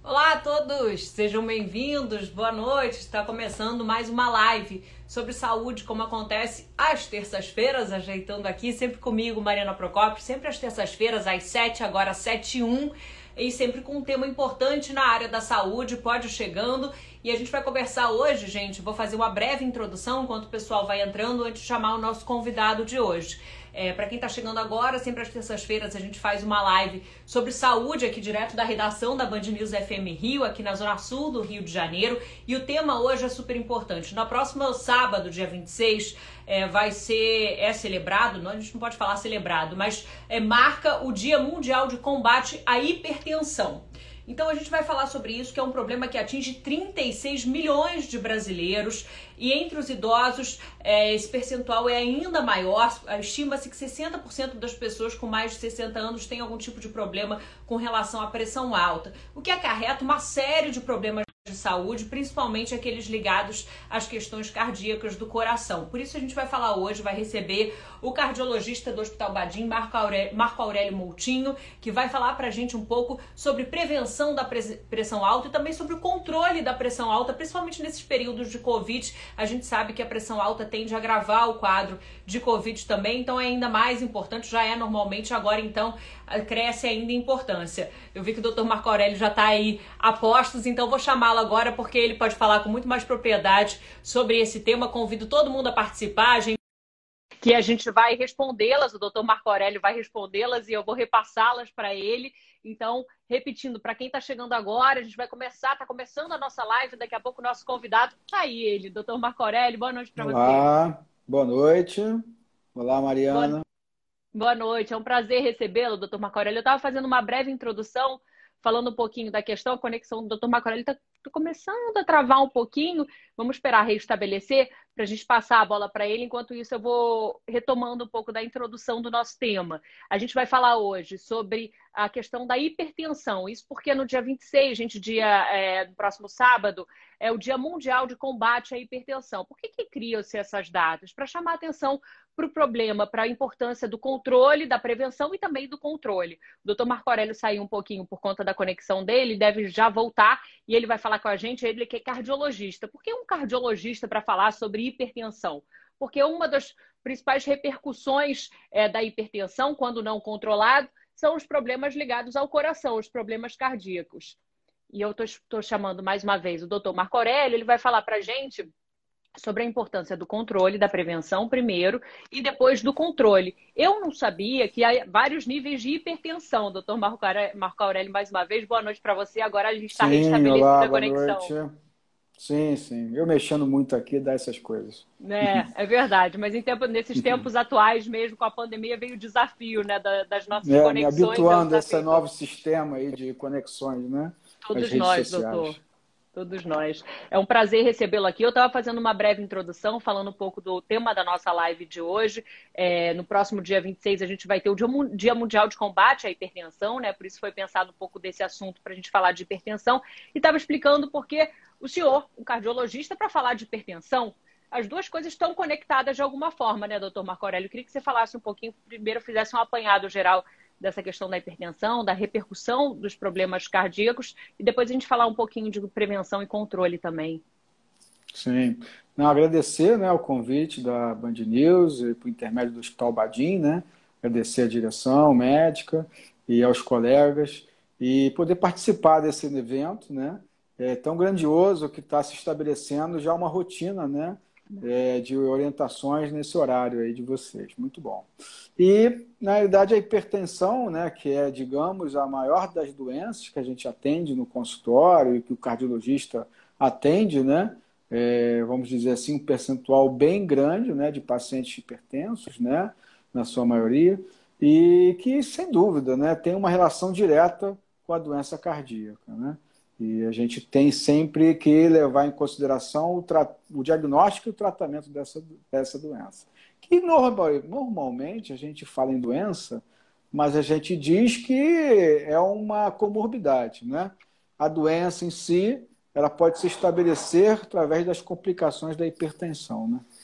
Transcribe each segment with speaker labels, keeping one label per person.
Speaker 1: Olá a todos, sejam bem-vindos, boa noite. Está começando mais uma live sobre saúde, como acontece às terças-feiras, ajeitando aqui, sempre comigo, Mariana Procópio, sempre às terças-feiras, às 7, agora 7h01, e sempre com um tema importante na área da saúde. Pode ir chegando e a gente vai conversar hoje, gente. Vou fazer uma breve introdução enquanto o pessoal vai entrando antes de chamar o nosso convidado de hoje. Para quem está chegando agora, sempre às terças-feiras a gente faz uma live sobre saúde aqui direto da redação da Band News FM Rio, aqui na Zona Sul do Rio de Janeiro. E o tema hoje é super importante. No próximo sábado, dia 26, é celebrado, não, a gente não pode falar celebrado, mas marca o Dia Mundial de Combate à Hipertensão. Então a gente vai falar sobre isso, que é um problema que atinge 36 milhões de brasileiros, e entre os idosos esse percentual é ainda maior. Estima-se que 60% das pessoas com mais de 60 anos têm algum tipo de problema com relação à pressão alta, o que acarreta uma série de problemas de saúde, principalmente aqueles ligados às questões cardíacas do coração. Por isso a gente vai falar hoje, vai receber o cardiologista do Hospital Badim, Marco Aurélio Moutinho, que vai falar pra gente um pouco sobre prevenção da pressão alta e também sobre o controle da pressão alta, principalmente nesses períodos de Covid. A gente sabe que a pressão alta tende a agravar o quadro de Covid também, então é ainda mais importante, já é normalmente, agora então cresce ainda em importância. Eu vi que o Dr. Marco Aurélio já está aí a postos, então vou chamá-lo agora porque ele pode falar com muito mais propriedade sobre esse tema. Convido todo mundo a participar, que a gente vai respondê-las, o Dr. Marco Aurélio vai respondê-las e eu vou repassá-las para ele. Então, repetindo, para quem está chegando agora, a gente vai começar, está começando a nossa live, daqui a pouco o nosso convidado, tá aí ele, Dr. Marco Aurélio, boa noite para você.
Speaker 2: Olá, boa noite. Olá, Mariana.
Speaker 1: Boa noite, é um prazer recebê-lo, Dr. Marco Aurélio. Eu estava fazendo uma breve introdução, falando um pouquinho da questão, a conexão do Dr. Marco Aurélio está começando a travar um pouquinho. Vamos esperar restabelecer para a gente passar a bola para ele. Enquanto isso, eu vou retomando um pouco da introdução do nosso tema. A gente vai falar hoje sobre a questão da hipertensão. Isso porque no dia 26, no próximo sábado, é o Dia Mundial de Combate à Hipertensão. Por que criam-se essas datas? Para chamar a atenção para o problema, para a importância do controle, da prevenção e também do controle. O Dr. Marco Aurélio saiu um pouquinho por conta da conexão dele, deve já voltar e ele vai falar com a gente, ele que é cardiologista. Por que um cardiologista para falar sobre hipertensão? Porque uma das principais repercussões da hipertensão, quando não controlado, são os problemas ligados ao coração, os problemas cardíacos. E eu estou chamando mais uma vez o Dr. Marco Aurélio, ele vai falar para a gente sobre a importância do controle, da prevenção primeiro e depois do controle. Eu não sabia que há vários níveis de hipertensão. Doutor Marco Aurélio, mais uma vez, boa noite para você. Agora a gente está restabelecendo a conexão.
Speaker 2: Boa noite. Sim. Eu mexendo muito aqui dá essas coisas.
Speaker 1: É verdade. Mas nesses tempos atuais mesmo, com a pandemia, veio o desafio, né, das nossas conexões.
Speaker 2: Me habituando a esse novo sistema aí de conexões, né?
Speaker 1: Todos nós, doutor. Todos nós. É um prazer recebê-lo aqui. Eu estava fazendo uma breve introdução, falando um pouco do tema da nossa live de hoje. No próximo dia 26, a gente vai ter o Dia Mundial de Combate à Hipertensão, né? Por isso foi pensado um pouco desse assunto para a gente falar de hipertensão. E estava explicando porque o senhor, um cardiologista, para falar de hipertensão, as duas coisas estão conectadas de alguma forma, né, doutor Marco Aurélio? Eu queria que você falasse um pouquinho, primeiro fizesse um apanhado geral dessa questão da hipertensão, da repercussão dos problemas cardíacos e depois a gente falar um pouquinho de prevenção e controle também.
Speaker 2: Sim. Não, agradecer, né, o convite da Band News e por intermédio do Hospital Badim, né? Agradecer a direção médica e aos colegas e poder participar desse evento, né? É tão grandioso que está se estabelecendo já uma rotina, né? De orientações nesse horário aí de vocês. Muito bom. E, na realidade, a hipertensão, né, que é, digamos, a maior das doenças que a gente atende no consultório e que o cardiologista atende, né, vamos dizer assim, um percentual bem grande, né, de pacientes hipertensos, né, na sua maioria, e que, sem dúvida, né, tem uma relação direta com a doença cardíaca, né? E a gente tem sempre que levar em consideração o diagnóstico e o tratamento dessa doença. Que normalmente a gente fala em doença, mas a gente diz que é uma comorbidade, né? A doença em si, ela pode se estabelecer através das complicações da hipertensão, né?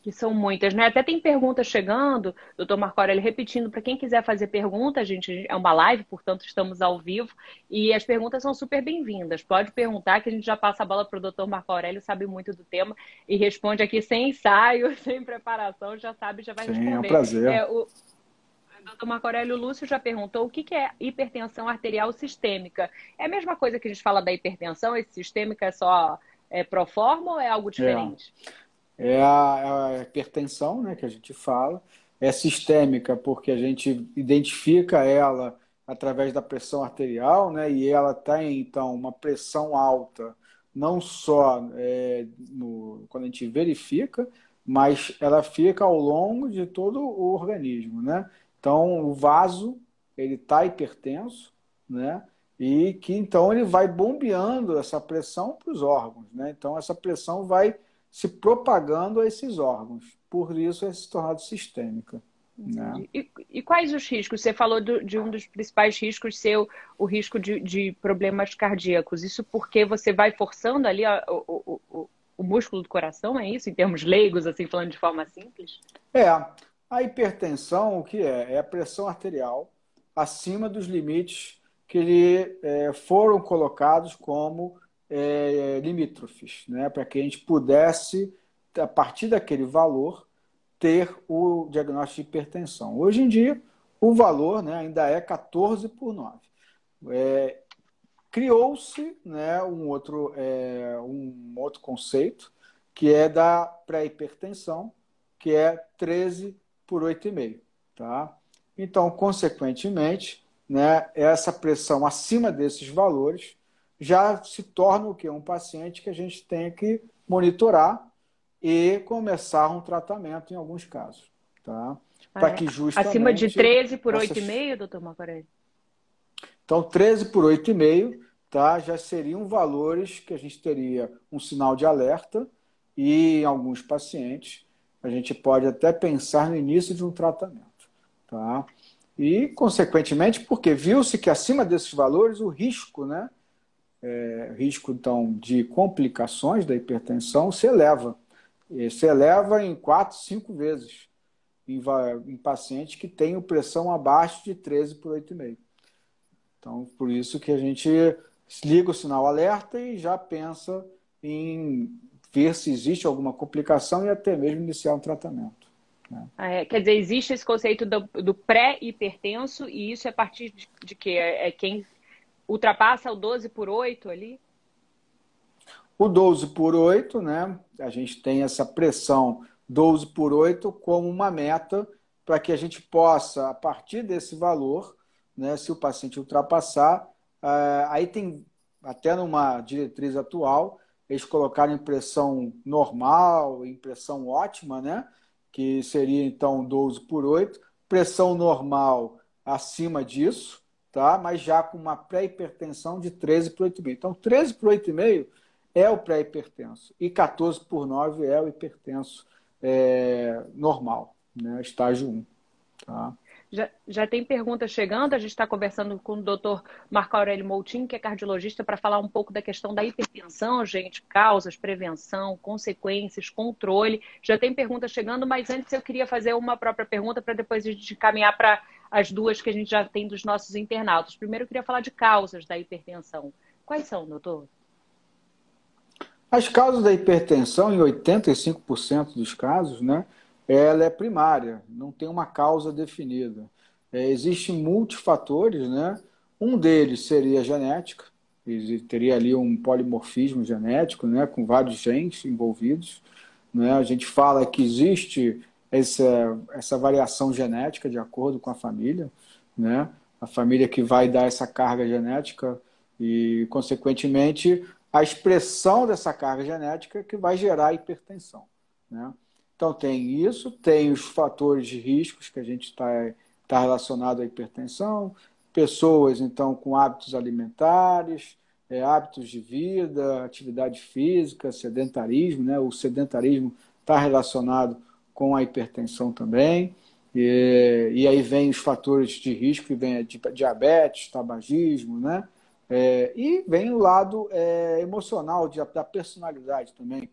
Speaker 1: Que são muitas, né? Até tem perguntas chegando, doutor Marco Aurélio, repetindo, para quem quiser fazer pergunta, a gente é uma live, portanto estamos ao vivo, e as perguntas são super bem-vindas. Pode perguntar que a gente já passa a bola para o doutor Marco Aurélio, sabe muito do tema, e responde aqui sem ensaio, sem preparação, já sabe, já vai
Speaker 2: Sim, é um
Speaker 1: responder.
Speaker 2: prazer.
Speaker 1: O doutor Marco Aurélio Lúcio já perguntou o que é hipertensão arterial sistêmica. É a mesma coisa que a gente fala da hipertensão, esse sistêmica é só pro forma ou é algo
Speaker 2: É.
Speaker 1: diferente?
Speaker 2: É a hipertensão, né, que a gente fala. É sistêmica porque a gente identifica ela através da pressão arterial, né, e ela tem, então, uma pressão alta, não só quando a gente verifica, mas ela fica ao longo de todo o organismo, né? Então, o vaso, ele está hipertenso, né? E que, então, ele vai bombeando essa pressão para os órgãos, né? Então, essa pressão vai se propagando a esses órgãos. Por isso é se tornado sistêmica. Né?
Speaker 1: Entendi. E quais os riscos? Você falou de um dos principais riscos ser o risco de problemas cardíacos. Isso porque você vai forçando ali o músculo do coração, é isso? Em termos leigos, assim, falando de forma simples?
Speaker 2: A hipertensão, o que é? É a pressão arterial acima dos limites que foram colocados como limítrofes, né? Para que a gente pudesse, a partir daquele valor, ter o diagnóstico de hipertensão. Hoje em dia, o valor, né, ainda é 14/9. Criou-se, né, um outro conceito, que é da pré-hipertensão, que é 13/8,5. Tá? Então, consequentemente, né, essa pressão acima desses valores já se torna o quê? Um paciente que a gente tem que monitorar e começar um tratamento em alguns casos. Tá? Para que
Speaker 1: Acima de
Speaker 2: justamente
Speaker 1: 13 por
Speaker 2: essas
Speaker 1: 8,5, doutor Marcorelli?
Speaker 2: então, 13/8,5, tá, já seriam valores que a gente teria um sinal de alerta e, em alguns pacientes, a gente pode até pensar no início de um tratamento. Tá? E, consequentemente, porque viu-se que acima desses valores o risco, né, risco então, de complicações da hipertensão se eleva. E se eleva em 4, 5 vezes em pacientes que têm pressão abaixo de 13/8,5. Então, por isso que a gente liga o sinal alerta e já pensa em ver se existe alguma complicação e até mesmo iniciar um tratamento. Né?
Speaker 1: Quer dizer, existe esse conceito do pré-hipertenso e isso é a partir de quê? É quem ultrapassa o 12/8 ali?
Speaker 2: O 12/8, né? A gente tem essa pressão 12/8 como uma meta para que a gente possa, a partir desse valor, né, se o paciente ultrapassar, aí tem, até numa diretriz atual, eles colocaram em pressão normal, em pressão ótima, né, que seria então 12/8, pressão normal acima disso, tá, mas já com uma pré-hipertensão de 13/8,5. Então, 13/8,5 é o pré-hipertenso e 14/9 é o hipertenso normal, né, estágio 1. Tá?
Speaker 1: Já tem perguntas chegando, a gente está conversando com o doutor Marco Aurélio Moutinho, que é cardiologista, para falar um pouco da questão da hipertensão, gente, causas, prevenção, consequências, controle. Já tem perguntas chegando, mas antes eu queria fazer uma própria pergunta para depois a gente caminhar para as duas que a gente já tem dos nossos internautas. Primeiro eu queria falar de causas da hipertensão. Quais são, doutor?
Speaker 2: As causas da hipertensão, em 85% dos casos, né, ela é primária, não tem uma causa definida. Existem multifatores, né? Um deles seria a genética, teria ali um polimorfismo genético, né, com vários genes envolvidos. Né? A gente fala que existe essa variação genética de acordo com a família, né? A família que vai dar essa carga genética e, consequentemente, a expressão dessa carga genética que vai gerar hipertensão. Né? Então, tem isso, tem os fatores de riscos que a gente está relacionado à hipertensão, pessoas, então, com hábitos alimentares, hábitos de vida, atividade física, sedentarismo, né? O sedentarismo está relacionado com a hipertensão também, e aí vem os fatores de risco, que vem a diabetes, tabagismo, né? E vem o lado emocional da personalidade também,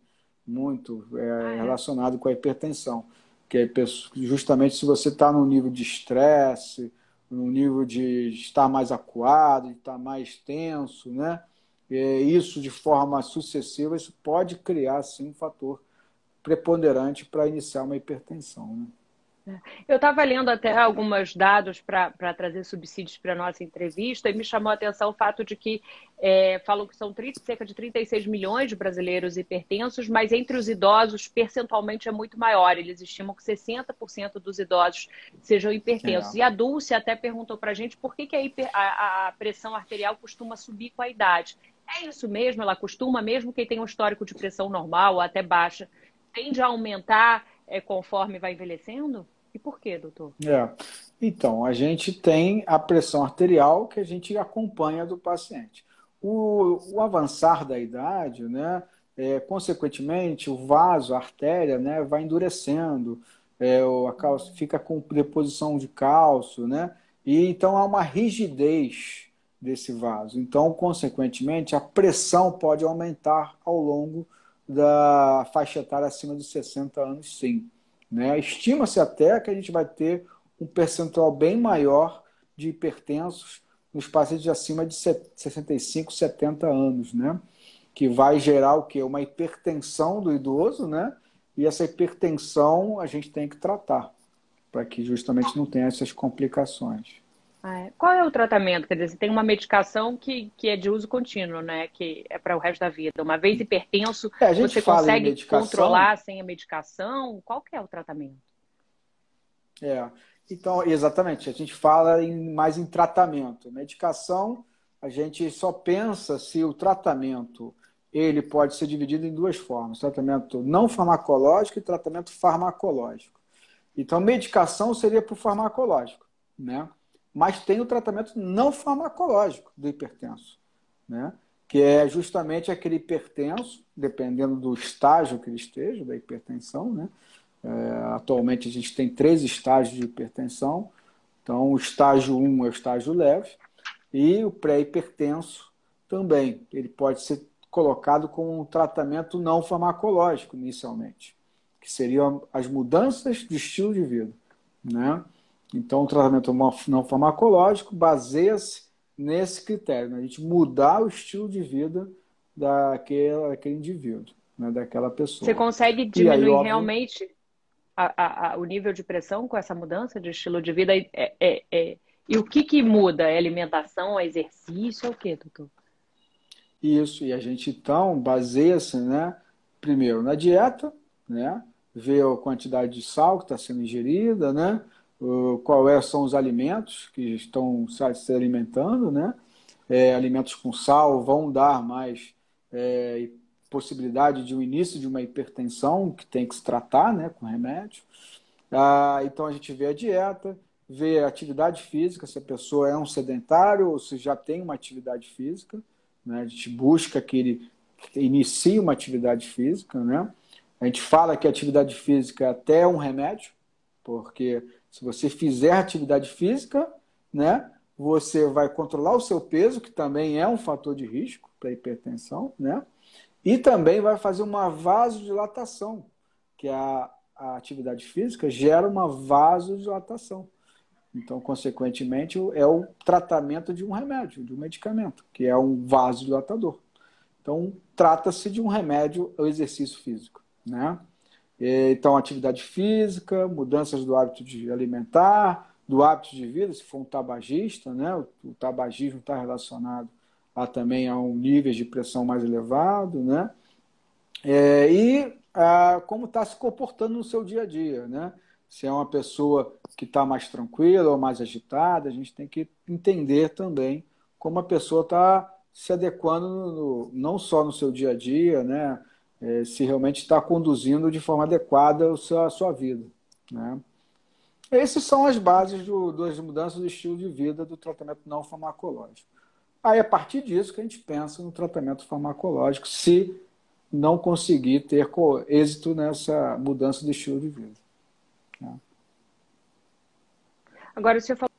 Speaker 2: muito
Speaker 1: Ah, é?
Speaker 2: relacionado com a hipertensão, que é justamente se você está num nível de estresse, num nível de estar mais acuado, de estar mais tenso, né? Isso de forma sucessiva, isso pode criar, sim, um fator preponderante para iniciar uma hipertensão, né?
Speaker 1: Eu estava lendo até alguns dados para trazer subsídios para a nossa entrevista e me chamou a atenção o fato de que falam que são cerca de 36 milhões de brasileiros hipertensos, mas entre os idosos, percentualmente é muito maior. Eles estimam que 60% dos idosos sejam hipertensos. E
Speaker 2: É.
Speaker 1: a Dulce até perguntou para a gente por que a pressão arterial costuma subir com a idade. É isso mesmo? Ela costuma, mesmo quem tem um histórico de pressão normal ou até baixa, tende a aumentar conforme vai envelhecendo? E por quê, doutor?
Speaker 2: É. Então, a gente tem a pressão arterial que a gente acompanha do paciente. O avançar da idade, né, consequentemente, o vaso, a artéria, né, vai endurecendo, fica com deposição de cálcio, né, e então há uma rigidez desse vaso. Então, consequentemente, a pressão pode aumentar ao longo da faixa etária acima dos 60 anos, sim, né? Estima-se até que a gente vai ter um percentual bem maior de hipertensos nos pacientes acima de 65, 70 anos, né? Que vai gerar o quê? Uma hipertensão do idoso, né? E essa hipertensão a gente tem que tratar para que justamente não tenha essas complicações.
Speaker 1: Qual é o tratamento? Quer dizer, você tem uma medicação que é de uso contínuo, né? Que é para o resto da vida. Uma vez hipertenso,
Speaker 2: A gente
Speaker 1: você
Speaker 2: fala em
Speaker 1: consegue
Speaker 2: medicação.
Speaker 1: controlar sem a medicação? Qual que é o tratamento?
Speaker 2: É, então, exatamente, a gente fala mais em tratamento. Medicação, a gente só pensa se o tratamento ele pode ser dividido em duas formas: tratamento não farmacológico e tratamento farmacológico. Então, medicação seria para o farmacológico, né? Mas tem o tratamento não farmacológico do hipertenso, né? Que é justamente aquele hipertenso, dependendo do estágio que ele esteja, da hipertensão, né? Atualmente a gente tem 3 estágios de hipertensão. Então, o estágio 1 é o estágio leve e o pré-hipertenso também. Ele pode ser colocado com um tratamento não farmacológico inicialmente, que seriam as mudanças de estilo de vida, né? Então, o tratamento não farmacológico baseia-se nesse critério, né? A gente mudar o estilo de vida daquele indivíduo, né? Daquela
Speaker 1: Você
Speaker 2: pessoa.
Speaker 1: consegue
Speaker 2: E aí,
Speaker 1: diminuir
Speaker 2: óbvio,
Speaker 1: realmente o nível de pressão com essa mudança de estilo de vida? E o que muda? É alimentação, é exercício, é o quê, doutor?
Speaker 2: isso, e a gente então baseia-se, né, primeiro na dieta, né, ver a quantidade de sal que está sendo ingerida, né, são os alimentos que estão se alimentando, né, alimentos com sal vão dar mais possibilidade de um início de uma hipertensão que tem que se tratar, né, com remédio. Então a gente vê a dieta, vê a atividade física, se a pessoa é um sedentário ou se já tem uma atividade física, né? A gente busca que ele inicie uma atividade física, né? A gente fala que a atividade física é até um remédio, porque se você fizer atividade física, né, você vai controlar o seu peso, que também é um fator de risco para a hipertensão, né? E também vai fazer uma vasodilatação, que é a atividade física gera uma vasodilatação. Então, consequentemente, é o tratamento de um remédio, de um medicamento, que é um vasodilatador. Então, trata-se de um remédio ao exercício físico, né? Então, atividade física, mudanças do hábito de alimentar, do hábito de vida, se for um tabagista, né? O tabagismo está relacionado também a um nível de pressão mais elevado, né? Como está se comportando no seu dia a dia, né? Se é uma pessoa que está mais tranquila ou mais agitada, a gente tem que entender também como a pessoa está se adequando não só no seu dia a dia, né? Se realmente está conduzindo de forma adequada a sua vida, né? Essas são as bases das mudanças do estilo de vida do tratamento não farmacológico. Aí, a partir disso, que a gente pensa no tratamento farmacológico, se não conseguir ter êxito nessa mudança de estilo de vida, né?
Speaker 1: Agora, o senhor falou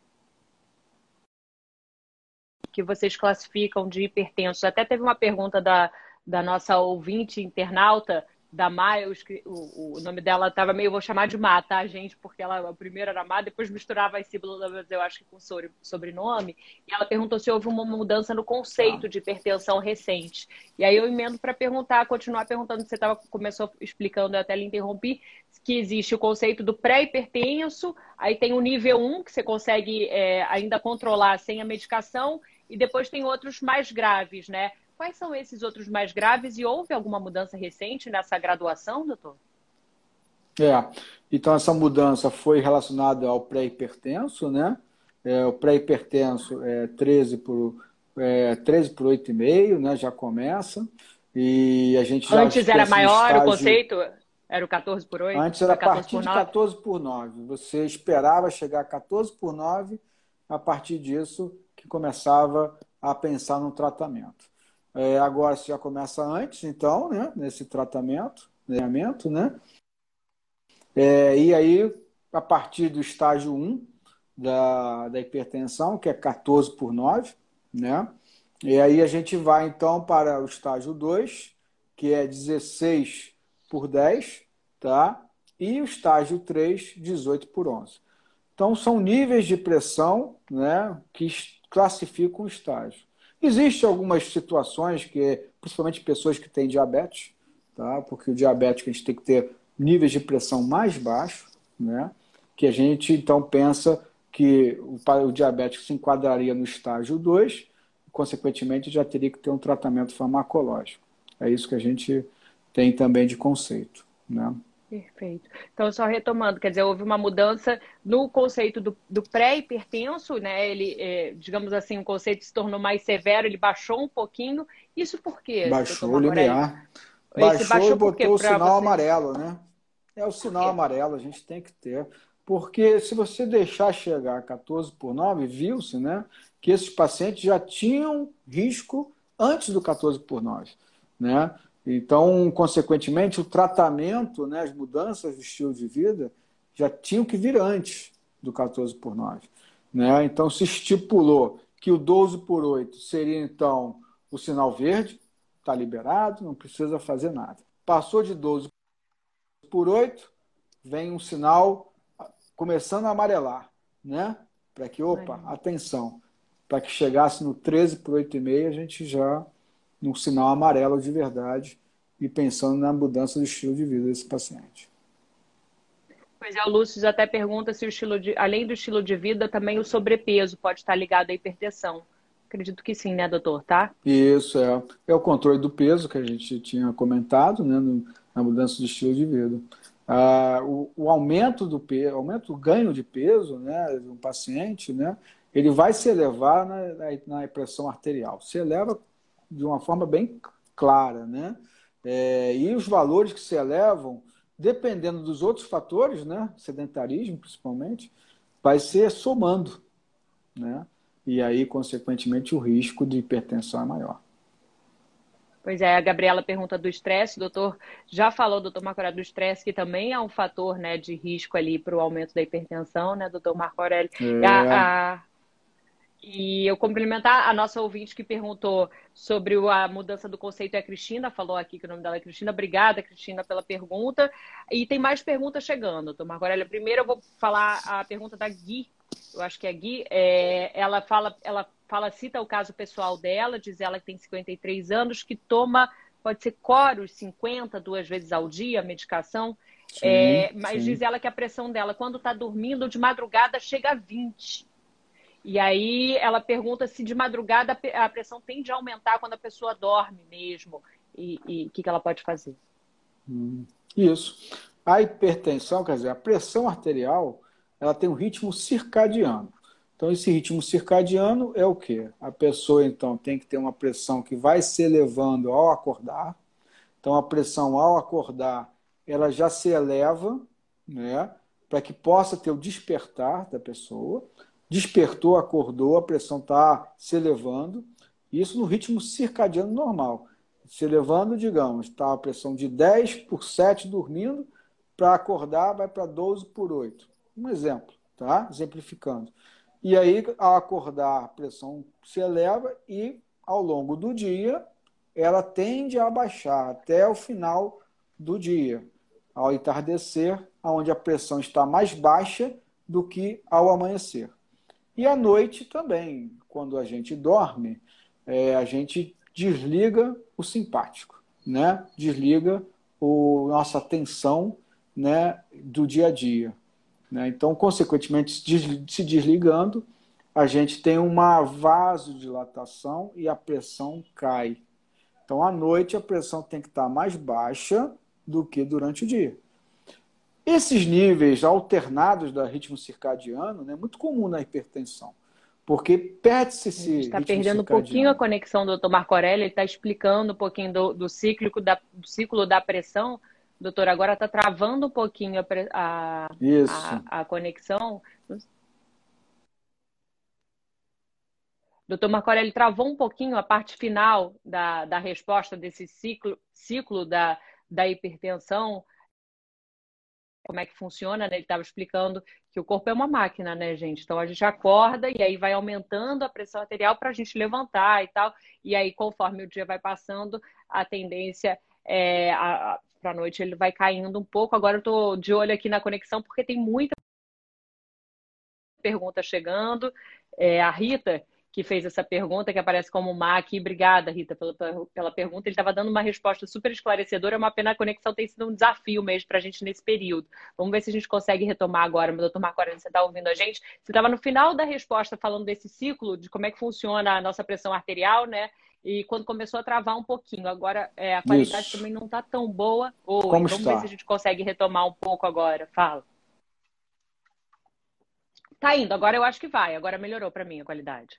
Speaker 1: que vocês classificam de hipertensos. Até teve uma pergunta da nossa ouvinte internauta da Má, o nome dela estava meio, vou chamar de Má, tá, gente? Porque ela, a primeira era Má, depois misturava as sílabas, eu acho que com sobrenome, e ela perguntou se houve uma mudança no
Speaker 2: Tá.
Speaker 1: conceito de hipertensão recente. E aí eu emendo para perguntar, continuar perguntando, você começou explicando, eu até lhe interrompi, que existe o conceito do pré-hipertenso, aí tem o nível 1, que você consegue ainda controlar sem a medicação, e depois tem outros mais graves, né? Quais são esses outros mais graves e houve alguma mudança recente nessa graduação, doutor?
Speaker 2: É, então essa mudança foi relacionada ao pré-hipertenso, né? O pré-hipertenso é 13 por 8,5, né? Já começa. E a gente já
Speaker 1: Antes era
Speaker 2: pensa no
Speaker 1: maior o
Speaker 2: estágio.
Speaker 1: conceito? Era o 14 por 8?
Speaker 2: Antes era
Speaker 1: Foi
Speaker 2: a
Speaker 1: 14
Speaker 2: partir
Speaker 1: por
Speaker 2: de
Speaker 1: 9?
Speaker 2: 14 por 9. Você esperava chegar a 14 por 9, a partir disso que começava a pensar no tratamento. Agora você já começa antes, então, né? Nesse tratamento, né? E aí, a partir do estágio 1 da hipertensão, que é 14 por 9, né? E aí a gente vai, então, para o estágio 2, que é 16 por 10, tá? E o estágio 3, 18 por 11. Então, são níveis de pressão, né, que classificam o estágio. Existem algumas situações que, principalmente pessoas que têm diabetes, tá? Porque o diabético a gente tem que ter níveis de pressão mais baixos, né? Que a gente então pensa que o diabético se enquadraria no estágio 2, e, consequentemente já teria que ter um tratamento farmacológico. É isso que a gente tem também de conceito, né?
Speaker 1: Perfeito. Então, só retomando, quer dizer, houve uma mudança no conceito do pré-hipertenso, né? Ele, digamos assim, o conceito se tornou mais severo, ele baixou um pouquinho. Isso por quê, doutor
Speaker 2: Baixou o
Speaker 1: Marco Aurélio?
Speaker 2: limiar.
Speaker 1: Esse
Speaker 2: Baixou e
Speaker 1: baixou por quê
Speaker 2: botou o
Speaker 1: para
Speaker 2: sinal
Speaker 1: vocês?
Speaker 2: amarelo, né? É o
Speaker 1: Por
Speaker 2: sinal
Speaker 1: quê?
Speaker 2: amarelo, a gente tem que ter. Porque se você deixar chegar a 14 por 9, viu-se, né, que esses pacientes já tinham risco antes do 14 por 9, né? Então, consequentemente, o tratamento, né, as mudanças do estilo de vida já tinham que vir antes do 14 por 9, né? Então, se estipulou que o 12 por 8 seria, então, o sinal verde, está liberado, não precisa fazer nada. Passou de 12 por 8, vem um sinal começando a amarelar, né? Para que, opa,
Speaker 1: Imagina.
Speaker 2: atenção, para que chegasse no 13 por 8,5, a gente já num sinal amarelo de verdade e pensando na mudança do estilo de vida desse paciente.
Speaker 1: Pois é, o Lúcio até pergunta se além do estilo de vida, também o sobrepeso pode estar ligado à hipertensão. Acredito que sim, né, doutor? Tá?
Speaker 2: Isso é o controle do peso que a gente tinha comentado, né, na mudança de estilo de vida. O aumento do peso, o ganho de peso, né, de um paciente, né, ele vai se elevar na pressão arterial. Se eleva de uma forma bem clara, né? E os valores que se elevam, dependendo dos outros fatores, né, sedentarismo principalmente, vai ser somando, né? E aí, consequentemente, o risco de hipertensão é maior.
Speaker 1: Pois é, a Gabriela pergunta do estresse, o doutor já falou, doutor Marco Aurélio, do estresse, que também é um fator, né, de risco ali para o aumento da hipertensão, né, doutor Marco Aurélio?
Speaker 2: É,
Speaker 1: E eu complementar a nossa ouvinte que perguntou sobre a mudança do conceito é a Cristina, falou aqui que o nome dela é Cristina. Obrigada, Cristina, pela pergunta. E tem mais perguntas chegando, doutor Marco Aurélio. Primeiro eu vou falar a pergunta da Gui, eu acho que é Gui. Cita o caso pessoal dela, diz ela que tem 53 anos, que toma, pode ser Coros 50 duas vezes ao dia, medicação.
Speaker 2: sim,
Speaker 1: Mas diz
Speaker 2: sim.
Speaker 1: ela que a pressão dela, quando está dormindo de madrugada, chega a 20. E aí ela pergunta se de madrugada a pressão tende a aumentar quando a pessoa dorme mesmo. E o que ela pode fazer?
Speaker 2: Isso. A hipertensão, quer dizer, a pressão arterial, ela tem um ritmo circadiano. Então, esse ritmo circadiano é o quê? A pessoa, então, tem que ter uma pressão que vai se elevando ao acordar. Então, a pressão ao acordar, ela já se eleva, né? Para que possa ter o despertar da pessoa. Despertou, acordou, a pressão está se elevando. Isso no ritmo circadiano normal. Se elevando, digamos, está a pressão de 10 por 7 dormindo, para acordar vai para 12 por 8. Um exemplo, tá? Exemplificando. E aí, ao acordar, a pressão se eleva e, ao longo do dia, ela tende a baixar até o final do dia, ao entardecer, onde a pressão está mais baixa do que ao amanhecer. E à noite também, quando a gente dorme, a gente desliga o simpático, né? Desliga nossa atenção, né, do dia a dia. Né? Então, consequentemente, se desligando, a gente tem uma vasodilatação e a pressão cai. Então, à noite, a pressão tem que estar mais baixa do que durante o dia. Esses níveis alternados do ritmo circadiano, né, é muito comum na hipertensão, porque perde-se esse ritmo circadiano.
Speaker 1: Está perdendo um pouquinho a conexão do Dr. Marco Aurélio, ele está explicando um pouquinho do ciclo da pressão. Doutor, agora está travando um pouquinho a conexão. Doutor Marco Aurélio travou um pouquinho a parte final da resposta desse ciclo da hipertensão. Como é que funciona, né? Ele estava explicando que o corpo é uma máquina, né, gente? Então a gente acorda e aí vai aumentando a pressão arterial para a gente levantar e tal. E aí, conforme o dia vai passando, a tendência para a noite ele vai caindo um pouco. Agora eu estou de olho aqui na conexão porque tem muita pergunta chegando. A Rita, que fez essa pergunta, que aparece como Má aqui. Obrigada, Rita, pela pergunta. Ele estava dando uma resposta super esclarecedora. É uma pena, a conexão tem sido um desafio mesmo para a gente nesse período. Vamos ver se a gente consegue retomar agora. Meu doutor Marco Aurélio, você está ouvindo a gente? Você estava no final da resposta falando desse ciclo, de como é que funciona a nossa pressão arterial, né? E quando começou a travar um pouquinho. Agora, a qualidade também não está tão boa. Vamos ver se a gente consegue retomar um pouco agora. Fala. Tá indo. Agora eu acho que vai. Agora melhorou para mim a qualidade.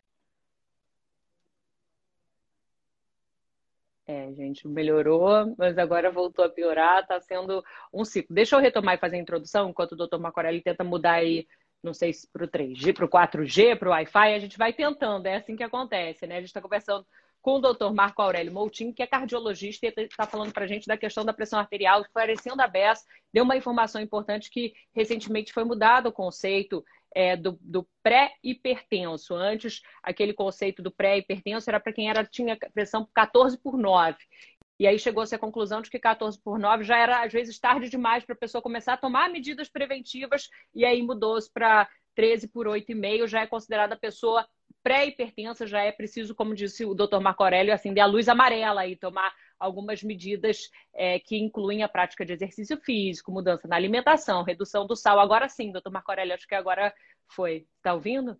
Speaker 1: Gente, melhorou, mas agora voltou a piorar, tá sendo um ciclo. Deixa eu retomar e fazer a introdução, enquanto o doutor Marco Aurélio tenta mudar aí, não sei se para o 3G, para o 4G, para o Wi-Fi, a gente vai tentando, é assim que acontece, né? A gente está conversando com o doutor Marco Aurélio Moutinho, que é cardiologista e está falando para a gente da questão da pressão arterial, esclarecendo a BES, deu uma informação importante que recentemente foi mudado o conceito do pré-hipertenso. Antes, aquele conceito do pré-hipertenso era para quem tinha pressão 14/9. E aí chegou-se à conclusão de que 14/9 já era, às vezes, tarde demais para a pessoa começar a tomar medidas preventivas, e aí mudou-se para 13/8,5, já é considerada a pessoa pré-hipertensa, já é preciso, como disse o doutor Marco Aurélio, acender a luz amarela e tomar algumas medidas que incluem a prática de exercício físico, mudança na alimentação, redução do sal. Agora sim, doutor Marco Aurélio, acho que agora foi. Está ouvindo?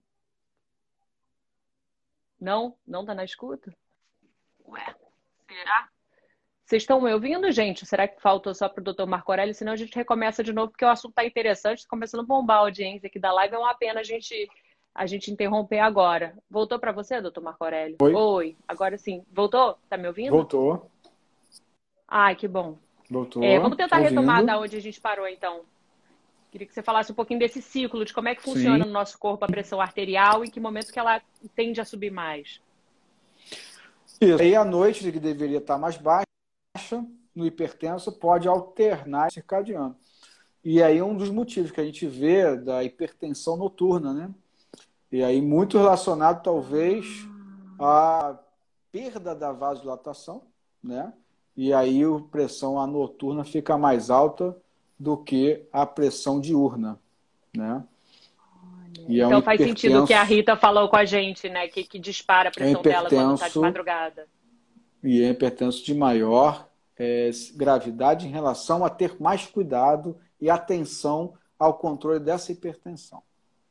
Speaker 1: Não? Não está na escuta? Ué, será? Vocês estão me ouvindo, gente? Será que faltou só para o doutor Marco Aurélio? Senão a gente recomeça de novo, porque o assunto está interessante, está começando a bombar a audiência aqui da live. É uma pena a gente interromper agora. Voltou para você, doutor Marco Aurélio? Oi. Agora sim. Voltou? Tá me ouvindo?
Speaker 2: Voltou.
Speaker 1: Ai, que bom.
Speaker 2: Voltou.
Speaker 1: Vamos tentar retomar da onde a gente parou, então. Queria que você falasse um pouquinho desse ciclo, de como é que funciona no nosso corpo a pressão arterial e em que momento que ela tende a subir mais.
Speaker 2: Isso. Aí à noite, que deveria estar mais baixa, no hipertenso, pode alternar o circadiano. E aí um dos motivos que a gente vê da hipertensão noturna, né? E aí muito relacionado, talvez, à perda da vasodilatação, né? E aí a pressão noturna fica mais alta do que a pressão diurna, né?
Speaker 1: E então faz sentido o que a Rita falou com a gente, né? Que dispara a pressão dela quando está de madrugada.
Speaker 2: E é hipertenso de maior gravidade em relação a ter mais cuidado e atenção ao controle dessa hipertensão.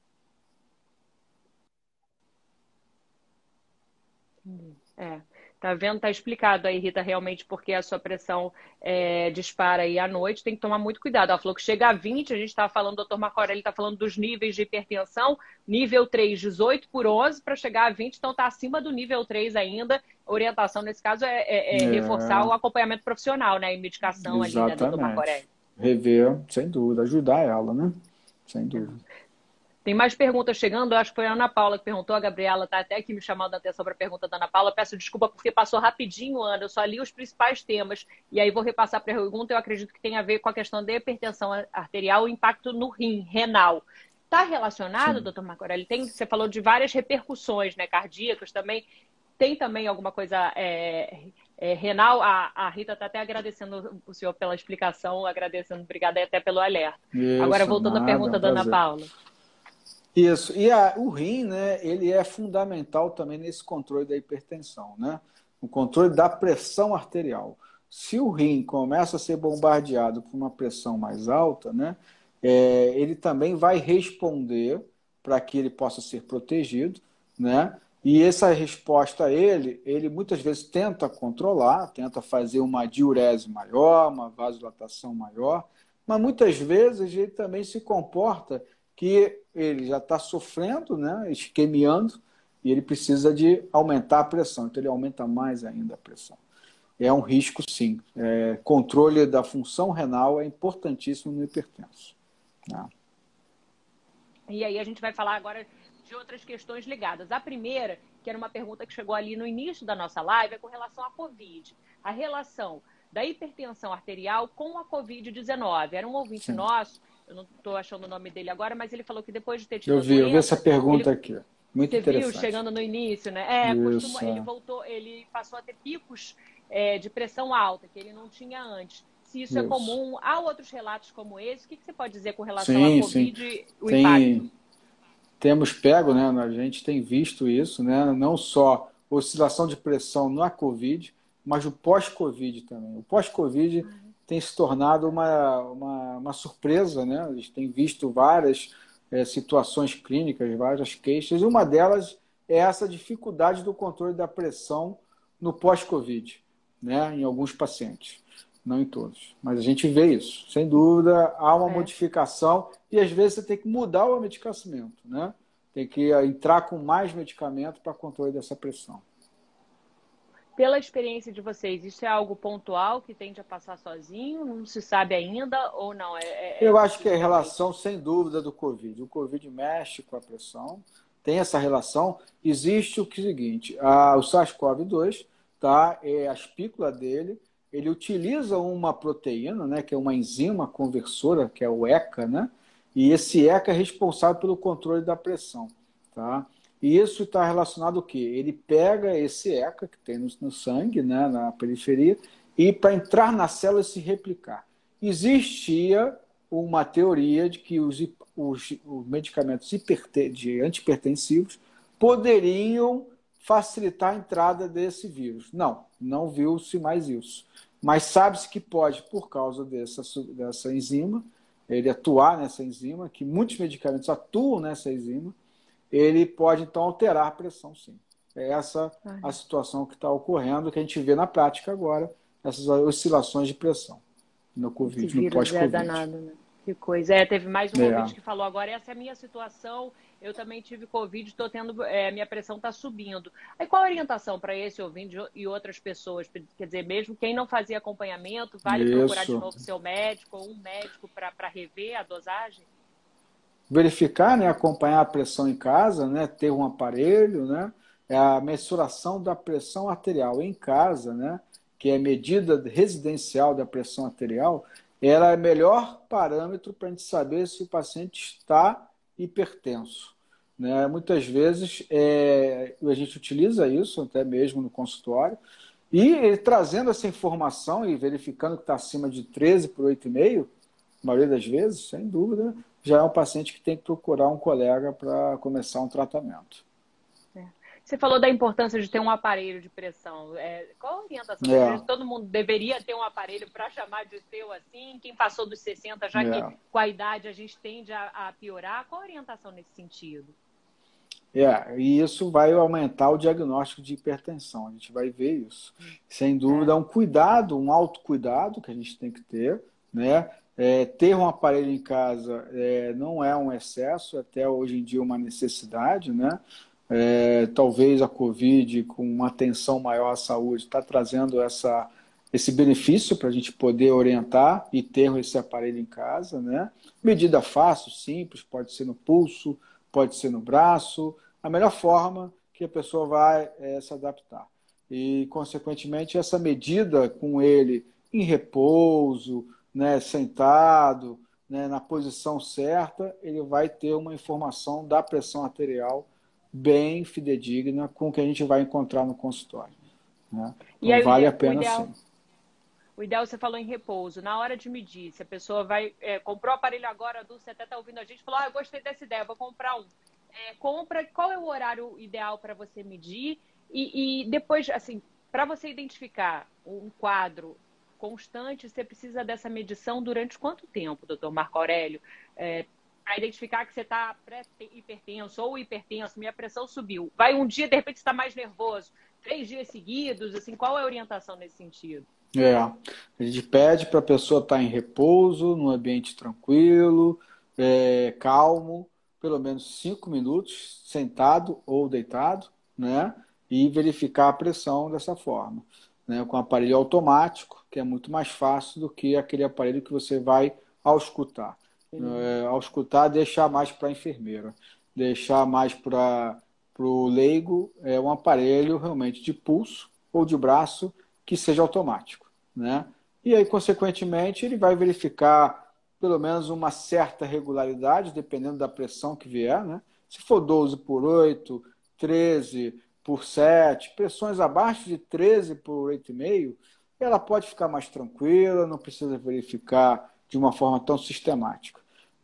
Speaker 1: Tá vendo? Tá explicado aí, Rita, realmente porque a sua pressão dispara aí à noite, tem que tomar muito cuidado. Ela falou que chega a 20, a gente estava falando, o doutor Marco Aurélio está falando dos níveis de hipertensão, nível 3, 18/11, para chegar a 20, então está acima do nível 3 ainda. A orientação, nesse caso, reforçar o acompanhamento profissional, né? E medicação.
Speaker 2: Exatamente.
Speaker 1: Ali, né, doutor Marco Aurélio?
Speaker 2: Rever, sem dúvida, ajudar ela, né? Sem dúvida.
Speaker 1: Tem mais perguntas chegando, eu acho que foi a Ana Paula que perguntou, a Gabriela está até aqui me chamando a atenção para a pergunta da Ana Paula. Peço desculpa porque passou rapidinho, Ana, eu só li os principais temas e aí vou repassar para a pergunta. Eu acredito que tem a ver com a questão da hipertensão arterial, o impacto no rim, renal. Está relacionado, doutor Marco Aurélio? Você falou de várias repercussões, né, cardíacas também. Tem também alguma coisa renal. A Rita está até agradecendo o senhor pela explicação, agradecendo, obrigada até pelo alerta. Agora,
Speaker 2: Isso,
Speaker 1: voltando à
Speaker 2: nada, é
Speaker 1: pergunta
Speaker 2: um
Speaker 1: da Ana
Speaker 2: prazer.
Speaker 1: Paula.
Speaker 2: Isso. E o rim, né, ele é fundamental também nesse controle da hipertensão, né? O controle da pressão arterial. Se o rim começa a ser bombardeado por uma pressão mais alta, né, ele também vai responder para que ele possa ser protegido, né? E essa resposta a ele muitas vezes tenta controlar, tenta fazer uma diurese maior, uma vasodilatação maior, mas muitas vezes ele também se comporta que ele já está sofrendo, né, isquemiando, e ele precisa de aumentar a pressão. Então, ele aumenta mais ainda a pressão. É um risco, sim. Controle da função renal é importantíssimo no hipertenso. Né?
Speaker 1: E aí a gente vai falar agora de outras questões ligadas. A primeira, que era uma pergunta que chegou ali no início da nossa live, é com relação à Covid. A relação da hipertensão arterial com a Covid-19. Era um ouvinte
Speaker 2: Sim.
Speaker 1: nosso, eu não estou achando o nome dele agora, mas ele falou que depois de ter tido
Speaker 2: Eu
Speaker 1: a
Speaker 2: vi essa
Speaker 1: doença,
Speaker 2: pergunta aqui. Muito
Speaker 1: você viu
Speaker 2: interessante.
Speaker 1: chegando no início, né?
Speaker 2: Isso.
Speaker 1: Ele passou a ter picos de pressão alta, que ele não tinha antes. Se isso é
Speaker 2: Isso.
Speaker 1: comum, há outros relatos como esse? O que você pode dizer com relação à
Speaker 2: Sim, sim.
Speaker 1: Covid e o impacto?
Speaker 2: Temos pego, né? A gente tem visto isso, né? Não só oscilação de pressão na Covid, mas o pós-Covid também. O pós-Covid tem se tornado uma surpresa, né? A gente tem visto várias situações clínicas, várias queixas, e uma delas é essa dificuldade do controle da pressão no pós-Covid, né? Em alguns pacientes. Não em todos. Mas a gente vê isso. Sem dúvida, há uma modificação e às vezes você tem que mudar o medicamento, né? Tem que entrar com mais medicamento para controle dessa pressão.
Speaker 1: Pela experiência de vocês, isso é algo pontual que tende a passar sozinho? Não se sabe ainda ou não?
Speaker 2: Eu acho que é relação, sem dúvida, do Covid. O Covid mexe com a pressão, tem essa relação. Existe o seguinte, o SARS-CoV-2, tá? A espícula dele, ele utiliza uma proteína, né, que é uma enzima conversora, que é o ECA, né? E esse ECA é responsável pelo controle da pressão, tá? E isso está relacionado ao quê? Ele pega esse ECA que tem no sangue, né, na periferia, e para entrar na célula e se replicar. Existia uma teoria de que os medicamentos de antihipertensivos poderiam facilitar a entrada desse vírus. Não viu-se mais isso. Mas sabe-se que pode, por causa dessa enzima, ele atuar nessa enzima, que muitos medicamentos atuam nessa enzima, ele pode, então, alterar a pressão, sim. É essa a situação que está ocorrendo, que a gente vê na prática agora, essas oscilações de pressão no Covid,
Speaker 1: Esse
Speaker 2: no
Speaker 1: vírus é
Speaker 2: pós-Covid.
Speaker 1: danado, né? Que coisa. Teve mais um ouvinte que falou agora, essa é a minha situação, eu também tive Covid, estou tendo, minha pressão está subindo. Aí qual a orientação para esse ouvinte e outras pessoas? Quer dizer, mesmo quem não fazia acompanhamento, vale procurar de novo seu médico ou um médico para rever a dosagem?
Speaker 2: Verificar, né, acompanhar a pressão em casa, né, ter um aparelho, né, a mensuração da pressão arterial em casa, né, que é a medida residencial da pressão arterial, ela é o melhor parâmetro para a gente saber se o paciente está hipertenso. Né? Muitas vezes a gente utiliza isso, até mesmo no consultório, e ele trazendo essa informação e verificando que está acima de 13 por 8,5, a maioria das vezes, sem dúvida, já é um paciente que tem que procurar um colega para começar um tratamento.
Speaker 1: Você falou da importância de ter um aparelho de pressão. Qual a orientação? Todo mundo deveria ter um aparelho para chamar de seu assim? Quem passou dos 60, já que com a idade a gente tende a piorar, qual a orientação nesse sentido?
Speaker 2: E isso vai aumentar o diagnóstico de hipertensão. A gente vai ver isso. Sem dúvida, é um cuidado, um autocuidado que a gente tem que ter, né? Ter um aparelho em casa não é um excesso, até hoje em dia uma necessidade, né? Talvez a Covid, com uma atenção maior à saúde, está trazendo esse benefício para a gente poder orientar e ter esse aparelho em casa, né? Medida fácil, simples, pode ser no pulso, pode ser no braço, a melhor forma que a pessoa vai se adaptar. E, consequentemente, essa medida com ele em repouso, né, sentado, né, na posição certa, ele vai ter uma informação da pressão arterial bem fidedigna com o que a gente vai encontrar no consultório. né?
Speaker 1: E
Speaker 2: Então,
Speaker 1: aí
Speaker 2: vale a pena sim.
Speaker 1: o ideal você falou em repouso. Na hora de medir, se a pessoa comprou o aparelho agora, você até está ouvindo a gente, falou, eu gostei dessa ideia, vou comprar um. Compra, qual é o horário ideal para você medir? E depois, assim, para você identificar um quadro constante, você precisa dessa medição durante quanto tempo, doutor Marco Aurélio? Para identificar que você está pré-hipertenso ou hipertenso, minha pressão subiu. Vai um dia, de repente, você está mais nervoso. 3 dias seguidos, assim, qual é a orientação nesse sentido?
Speaker 2: A gente pede para a pessoa estar em repouso, num ambiente tranquilo, calmo, pelo menos 5 minutos, sentado ou deitado, né? E verificar a pressão dessa forma, né? Com aparelho automático, que é muito mais fácil do que aquele aparelho que você vai auscultar. Auscultar, deixar mais para a enfermeira, deixar mais para o leigo, um aparelho realmente de pulso ou de braço que seja automático, né? E aí, consequentemente, ele vai verificar pelo menos uma certa regularidade, dependendo da pressão que vier, né? Se for 12/8, 13/7, pressões abaixo de 13/8,5, ela pode ficar mais tranquila, não precisa verificar de uma forma tão sistemática.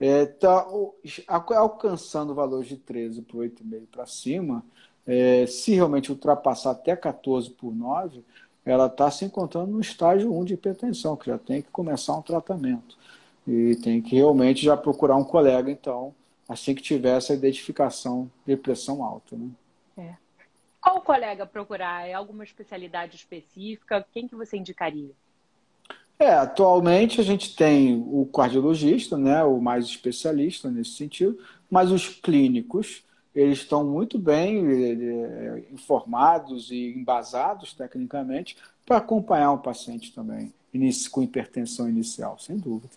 Speaker 2: Alcançando valores de 13/8,5 para cima, se realmente ultrapassar até 14/9, ela está se encontrando no estágio 1 de hipertensão, que já tem que começar um tratamento. E tem que realmente já procurar um colega, então, assim que tiver essa identificação de pressão alta. Né?
Speaker 1: Qual colega procurar? É alguma especialidade específica? Quem que você indicaria?
Speaker 2: Atualmente a gente tem o cardiologista, né, o mais especialista nesse sentido, mas os clínicos, eles estão muito bem informados e embasados tecnicamente para acompanhar um paciente também com hipertensão inicial, sem dúvida.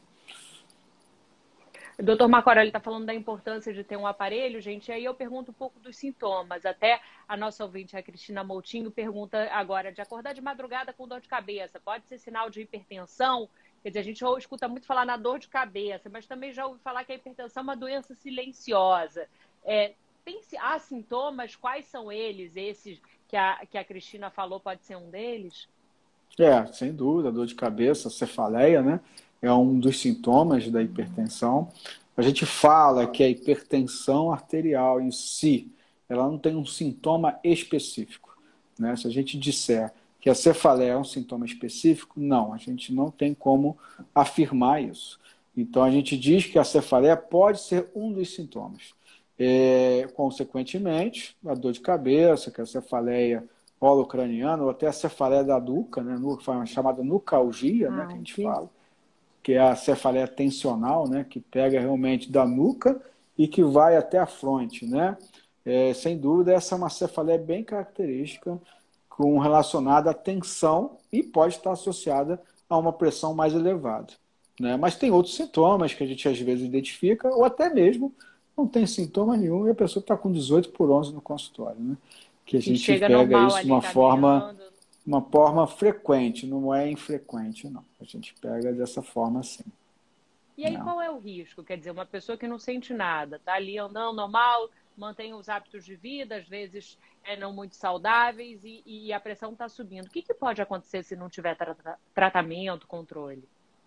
Speaker 1: O doutor Marco Aurélio está falando da importância de ter um aparelho, gente, e aí eu pergunto um pouco dos sintomas. Até a nossa ouvinte, a Cristina Moutinho, pergunta agora, de acordar de madrugada com dor de cabeça, pode ser sinal de hipertensão? Quer dizer, a gente escuta muito falar na dor de cabeça, mas também já ouvi falar que a hipertensão é uma doença silenciosa. Há sintomas? Quais são eles? Esses que a Cristina falou, pode ser um deles?
Speaker 2: Sem dúvida, dor de cabeça, cefaleia, né? É um dos sintomas da hipertensão. A gente fala que a hipertensão arterial em si, ela não tem um sintoma específico, né? Se a gente disser que a cefaleia é um sintoma específico, não, a gente não tem como afirmar isso. Então, a gente diz que a cefaleia pode ser um dos sintomas. Consequentemente, a dor de cabeça, que é a cefaleia holocraniana, ou até a cefaleia da nuca, né, chamada nucalgia, né, que a gente fala, que é a cefaleia tensional, né, que pega realmente da nuca e que vai até a fronte, né? Sem dúvida, essa é uma cefaleia bem característica, relacionada à tensão e pode estar associada a uma pressão mais elevada, né? Mas tem outros sintomas que a gente às vezes identifica, ou até mesmo não tem sintoma nenhum e a pessoa está com 18/11 no consultório, né? Que a gente pega isso de uma forma frequente, não é infrequente, não. A gente pega dessa forma sim.
Speaker 1: E aí, qual é o risco? Quer dizer, uma pessoa que não sente nada, está ali andando normal, mantém os hábitos de vida, às vezes não muito saudáveis, e a pressão está subindo. O que pode acontecer se não tiver tratamento, controle?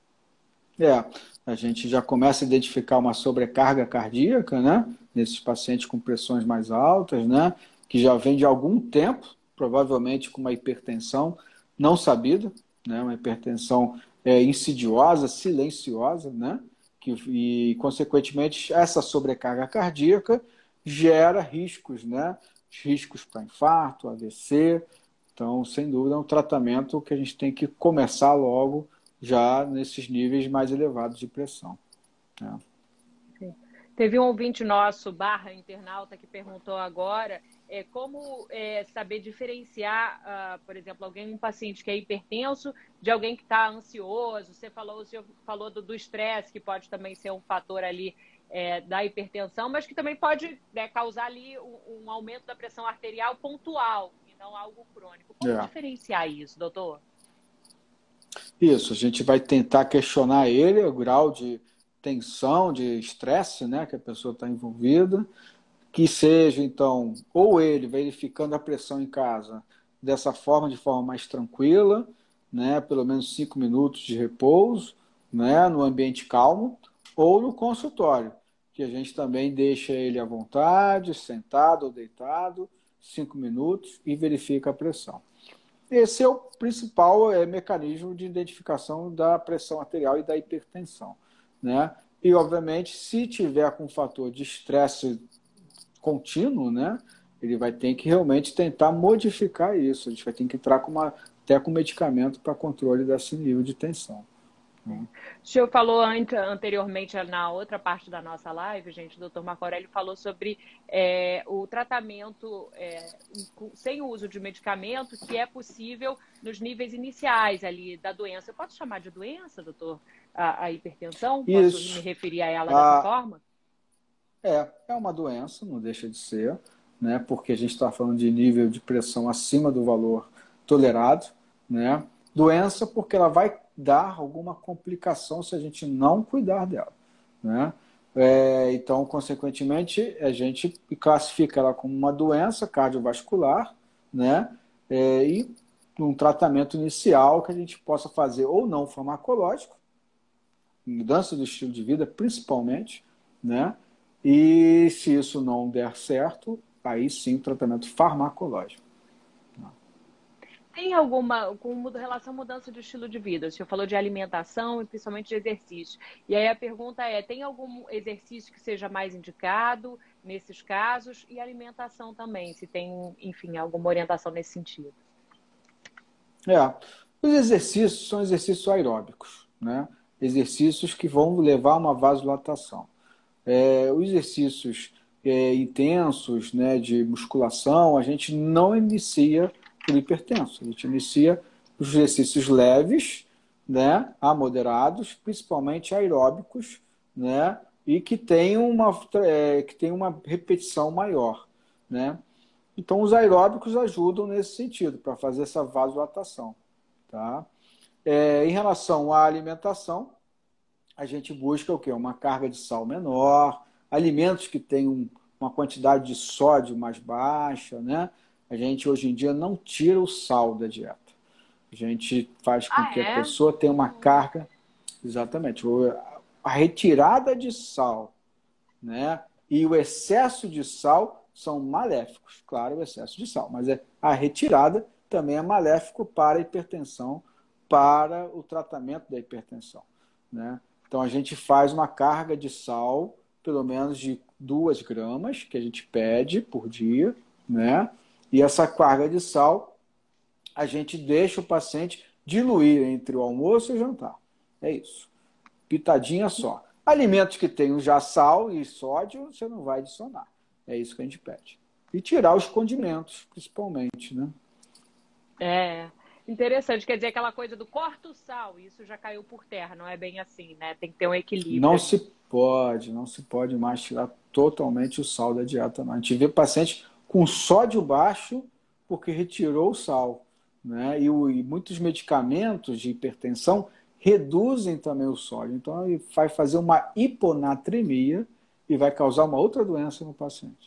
Speaker 2: A gente já começa a identificar uma sobrecarga cardíaca, né? Nesses pacientes com pressões mais altas, né? Que já vem de algum tempo, provavelmente com uma hipertensão não sabida, né? Uma hipertensão insidiosa, silenciosa, né? E, consequentemente, essa sobrecarga cardíaca gera riscos, né? Riscos para infarto, AVC. Então, sem dúvida, é um tratamento que a gente tem que começar logo já nesses níveis mais elevados de pressão.
Speaker 1: Teve um ouvinte nosso, /internauta, que perguntou agora como saber diferenciar, por exemplo, um paciente que é hipertenso de alguém que está ansioso. Você falou do estresse, que pode também ser um fator ali da hipertensão, mas que também pode causar ali um aumento da pressão arterial pontual e não algo crônico. Como diferenciar isso, doutor?
Speaker 2: Isso, a gente vai tentar questionar ele, o grau de tensão, de estresse, né, que a pessoa está envolvida, que seja, então, ou ele verificando a pressão em casa, dessa forma, de forma mais tranquila, né? Pelo menos 5 minutos de repouso, né? No ambiente calmo, ou no consultório, que a gente também deixa ele à vontade, sentado ou deitado, 5 minutos e verifica a pressão. Esse é o principal mecanismo de identificação da pressão arterial e da hipertensão, né? E, obviamente, se tiver com um fator de estresse contínuo, né, ele vai ter que realmente tentar modificar isso. A gente vai ter que entrar até com medicamento para controle desse nível de tensão.
Speaker 1: O senhor falou anteriormente, na outra parte da nossa live, gente, o doutor Marco Aurélio falou sobre o tratamento sem o uso de medicamento, que é possível nos níveis iniciais ali da doença. Eu posso chamar de doença, doutor, a hipertensão? Posso me referir a ela dessa forma?
Speaker 2: É uma doença, não deixa de ser, né? Porque a gente está falando de nível de pressão acima do valor tolerado, né? Doença porque ela vai dar alguma complicação se a gente não cuidar dela, né? Então, consequentemente, a gente classifica ela como uma doença cardiovascular, né? E um tratamento inicial que a gente possa fazer ou não farmacológico, mudança do estilo de vida, principalmente, né? E se isso não der certo, aí sim tratamento farmacológico.
Speaker 1: Tem alguma com relação à mudança de estilo de vida? O senhor falou de alimentação e principalmente de exercício. E aí a pergunta tem algum exercício que seja mais indicado nesses casos? E alimentação também, se tem, enfim, alguma orientação nesse sentido.
Speaker 2: Os exercícios são exercícios aeróbicos, né? Exercícios que vão levar a uma vasodilatação. Os exercícios intensos, né, de musculação, a gente não inicia por hipertenso. A gente inicia os exercícios leves, né, a moderados, principalmente aeróbicos, né, e que tem uma repetição maior, né? Então, os aeróbicos ajudam nesse sentido, para fazer essa vasodilatação, tá? Em relação à alimentação, a gente busca o quê? Uma carga de sal menor, alimentos que tenham uma quantidade de sódio mais baixa, né? A gente, hoje em dia, não tira o sal da dieta. A gente faz com que a pessoa tenha uma carga... Exatamente. A retirada de sal, né, e o excesso de sal são maléficos. Claro, o excesso de sal, mas a retirada também é maléfico para a hipertensão, para o tratamento da hipertensão, né? Então, a gente faz uma carga de sal, pelo menos de 2 gramas, que a gente pede por dia, né? E essa carga de sal, a gente deixa o paciente diluir entre o almoço e o jantar. É isso. Pitadinha só. Alimentos que tenham já sal e sódio, você não vai adicionar. É isso que a gente pede. E tirar os condimentos, principalmente, né?
Speaker 1: Interessante. Quer dizer, aquela coisa do corta o sal, isso já caiu por terra, não é bem assim, né? Tem que ter um equilíbrio.
Speaker 2: Não se pode mais tirar totalmente o sal da dieta, não. A gente vê paciente com sódio baixo porque retirou o sal, né? E muitos medicamentos de hipertensão reduzem também o sódio. Então, ele vai fazer uma hiponatremia e vai causar uma outra doença no paciente.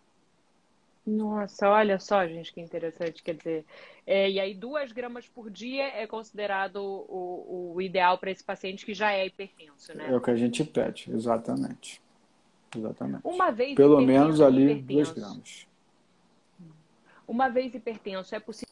Speaker 1: Nossa, olha só, gente, que interessante. Quer dizer, e aí 2 gramas por dia é considerado o ideal para esse paciente que já é hipertenso, né?
Speaker 2: É o que a gente pede, exatamente.
Speaker 1: Uma vez
Speaker 2: pelo menos ali 2 gramas.
Speaker 1: Uma vez hipertenso, é possível...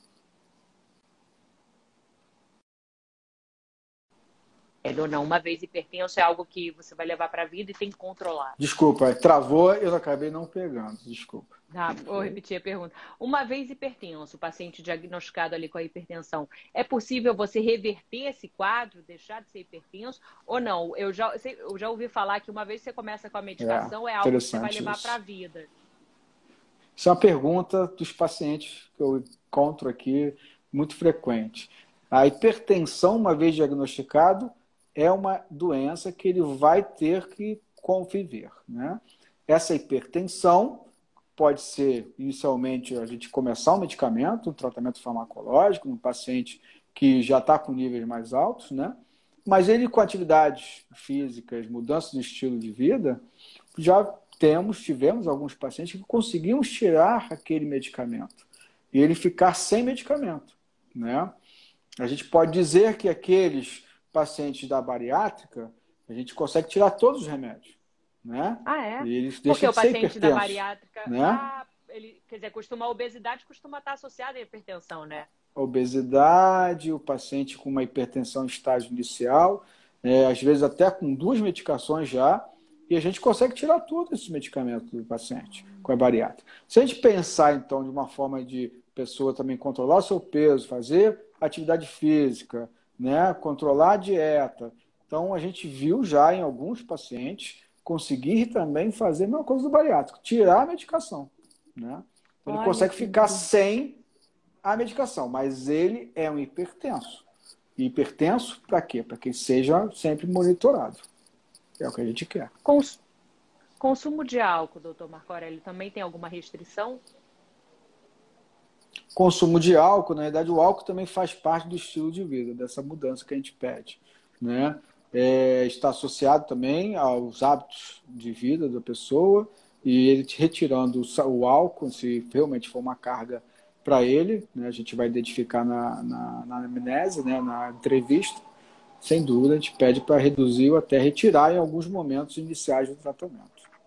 Speaker 1: ou não, uma vez hipertenso é algo que você vai levar para a vida e tem que controlar.
Speaker 2: Desculpa, travou, eu acabei não pegando, desculpa.
Speaker 1: Vou repetir a pergunta. Uma vez hipertenso, o paciente diagnosticado ali com a hipertensão, é possível você reverter esse quadro, deixar de ser hipertenso ou não? Eu já ouvi falar que uma vez que você começa com a medicação, é algo que você vai levar para a vida.
Speaker 2: Isso é uma pergunta dos pacientes que eu encontro aqui, muito frequente. A hipertensão, uma vez diagnosticado, é uma doença que ele vai ter que conviver, né? Essa hipertensão pode ser, inicialmente, a gente começar um medicamento, um tratamento farmacológico, num paciente que já está com níveis mais altos, né? Mas ele, com atividades físicas, mudança de estilo de vida, tivemos alguns pacientes que conseguimos tirar aquele medicamento. e ele ficar sem medicamento, né? A gente pode dizer que aqueles pacientes da bariátrica, a gente consegue tirar todos os remédios, né?
Speaker 1: Ah, é?
Speaker 2: E eles
Speaker 1: Porque
Speaker 2: deixam
Speaker 1: o
Speaker 2: de ser
Speaker 1: paciente da
Speaker 2: hipertensos,
Speaker 1: bariátrica,
Speaker 2: né?
Speaker 1: ele, quer dizer, a obesidade costuma estar associada à hipertensão, né?
Speaker 2: A obesidade, o paciente com uma hipertensão em estágio inicial, às vezes até com 2 medicações já, e a gente consegue tirar todos esses medicamentos do paciente com a bariátrica. Se a gente pensar, então, de uma forma de pessoa também controlar o seu peso, fazer atividade física, né, controlar a dieta, então a gente viu já em alguns pacientes conseguir também fazer a mesma coisa do bariátrico, tirar a medicação, né? Ele
Speaker 1: Olha
Speaker 2: consegue
Speaker 1: que
Speaker 2: ficar sem a medicação, mas ele é um hipertenso. E hipertenso para quê? Para que seja sempre monitorado. É o que a gente quer.
Speaker 1: Consumo de álcool, doutor Marco Aurélio, também tem alguma restrição?
Speaker 2: Consumo de álcool, na verdade, o álcool também faz parte do estilo de vida, dessa mudança que a gente pede, né? Está associado também aos hábitos de vida da pessoa, e ele retirando o álcool, se realmente for uma carga para ele, né, a gente vai identificar na anamnese, né, na entrevista, sem dúvida, a gente pede para reduzir ou até retirar em alguns momentos iniciais do tratamento.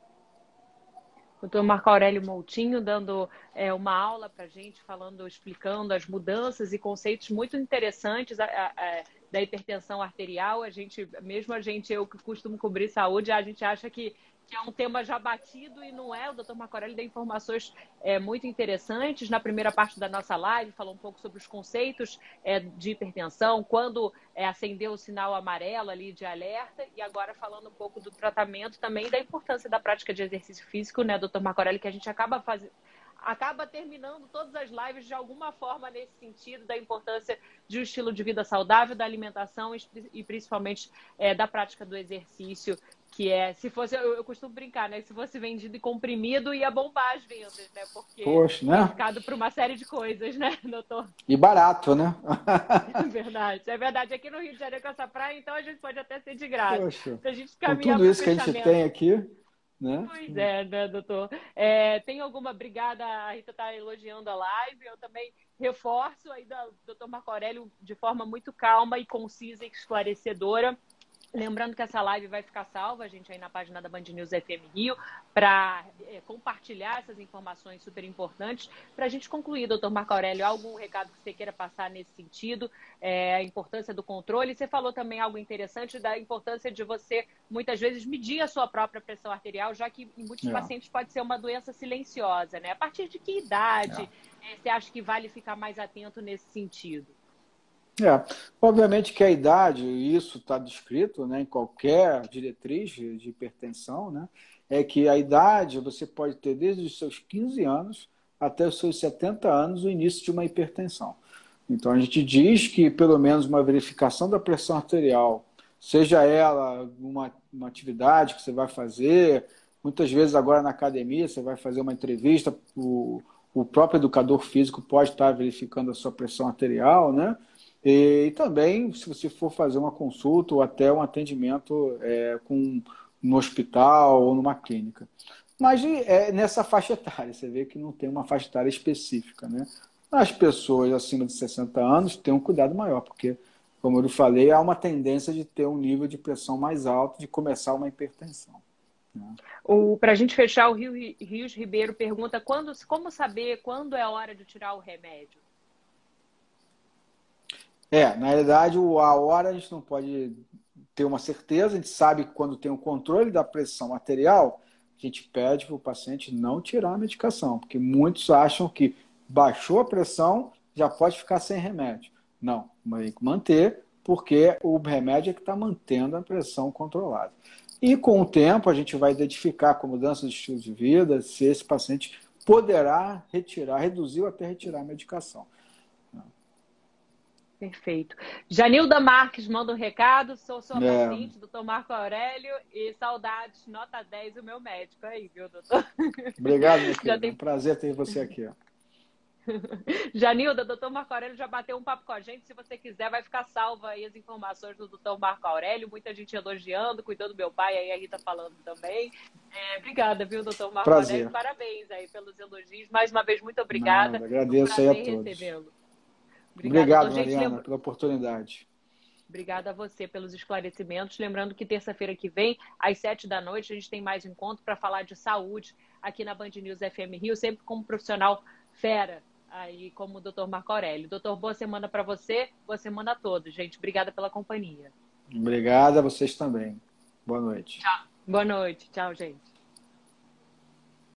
Speaker 1: Doutor Marco Aurélio Moutinho dando uma aula para a gente, explicando as mudanças e conceitos muito interessantes da hipertensão arterial. Eu que costumo cobrir saúde, a gente acha que é um tema já batido e não é. O doutor Marco Aurélio deu informações muito interessantes. Na primeira parte da nossa live, falou um pouco sobre os conceitos de hipertensão, quando acendeu o sinal amarelo ali de alerta, e agora falando um pouco do tratamento também, da importância da prática de exercício físico, né, doutor Marco Aurélio, que a gente acaba terminando todas as lives de alguma forma nesse sentido, da importância de um estilo de vida saudável, da alimentação e principalmente da prática do exercício, que se fosse, eu costumo brincar, né? Se fosse vendido e comprimido, ia bombar as vendas, né? Porque
Speaker 2: Poxa,
Speaker 1: é
Speaker 2: né?
Speaker 1: indicado para uma série de coisas, né, doutor?
Speaker 2: E barato, né?
Speaker 1: É verdade. Aqui no Rio de Janeiro, com essa praia, então a gente pode até ser de graça.
Speaker 2: Poxa,
Speaker 1: Se a gente
Speaker 2: com
Speaker 1: caminhar
Speaker 2: tudo
Speaker 1: para o
Speaker 2: isso que a gente
Speaker 1: fechamento.
Speaker 2: tem aqui, né?
Speaker 1: Pois é, né, doutor? Tem alguma... Obrigada, a Rita está elogiando a live. Eu também reforço aí do doutor Marco Aurélio de forma muito calma e concisa e esclarecedora. Lembrando que essa live vai ficar salva, a gente aí na página da Band News FM Rio, para compartilhar essas informações super importantes. Para a gente concluir, doutor Marco Aurélio, algum recado que você queira passar nesse sentido, a importância do controle? Você falou também algo interessante da importância de você, muitas vezes, medir a sua própria pressão arterial, já que em muitos pacientes pode ser uma doença silenciosa, né? A partir de que idade você acha que vale ficar mais atento nesse sentido?
Speaker 2: Obviamente que a idade, isso está descrito, né, em qualquer diretriz de hipertensão, né, é que a idade você pode ter desde os seus 15 anos até os seus 70 anos o início de uma hipertensão. Então a gente diz que pelo menos uma verificação da pressão arterial, seja ela uma atividade que você vai fazer, muitas vezes agora na academia você vai fazer uma entrevista, o próprio educador físico pode estar verificando a sua pressão arterial, né? E também, se você for fazer uma consulta ou até um atendimento no hospital ou numa clínica. Mas nessa faixa etária, você vê que não tem uma faixa etária específica, né? As pessoas acima de 60 anos têm um cuidado maior, porque, como eu falei, há uma tendência de ter um nível de pressão mais alto, de começar uma hipertensão. Né?
Speaker 1: Para a gente fechar, o Rios Ribeiro pergunta como saber quando é a hora de tirar o remédio?
Speaker 2: Na realidade, a hora a gente não pode ter uma certeza, a gente sabe que quando tem o controle da pressão arterial, a gente pede para o paciente não tirar a medicação, porque muitos acham que baixou a pressão, já pode ficar sem remédio. Não, mas tem que manter, porque o remédio é que está mantendo a pressão controlada. E com o tempo a gente vai identificar com mudança de estilo de vida se esse paciente poderá reduzir ou até retirar a medicação.
Speaker 1: Perfeito. Janilda Marques manda um recado. Sou sua paciente, doutor Marco Aurélio, e saudades, nota 10, o meu médico. Aí, viu, doutor?
Speaker 2: Obrigado, meu querido. É um prazer ter você aqui.
Speaker 1: Janilda, doutor Marco Aurélio já bateu um papo com a gente. Se você quiser, vai ficar salva aí as informações do doutor Marco Aurélio. Muita gente elogiando, cuidando do meu pai, aí a Rita falando também. Obrigada, viu, doutor Marco Aurélio?
Speaker 2: Prazer.
Speaker 1: Parabéns aí pelos elogios. Mais uma vez, muito obrigada.
Speaker 2: Nada,
Speaker 1: É um
Speaker 2: agradeço aí a
Speaker 1: prazer
Speaker 2: todos.
Speaker 1: recebê-lo. Obrigada,
Speaker 2: Obrigado,
Speaker 1: doutor. Gente,
Speaker 2: Mariana, pela oportunidade.
Speaker 1: obrigada a você pelos esclarecimentos. Lembrando que terça-feira que vem, às 7 da noite, a gente tem mais um encontro para falar de saúde aqui na Band News FM Rio, sempre como profissional fera, aí como o doutor Marco Aurélio. Doutor, boa semana para você, boa semana a todos, gente. Obrigada pela companhia.
Speaker 2: Obrigado a vocês também. Boa noite.
Speaker 1: Tchau. Boa noite. Tchau, gente.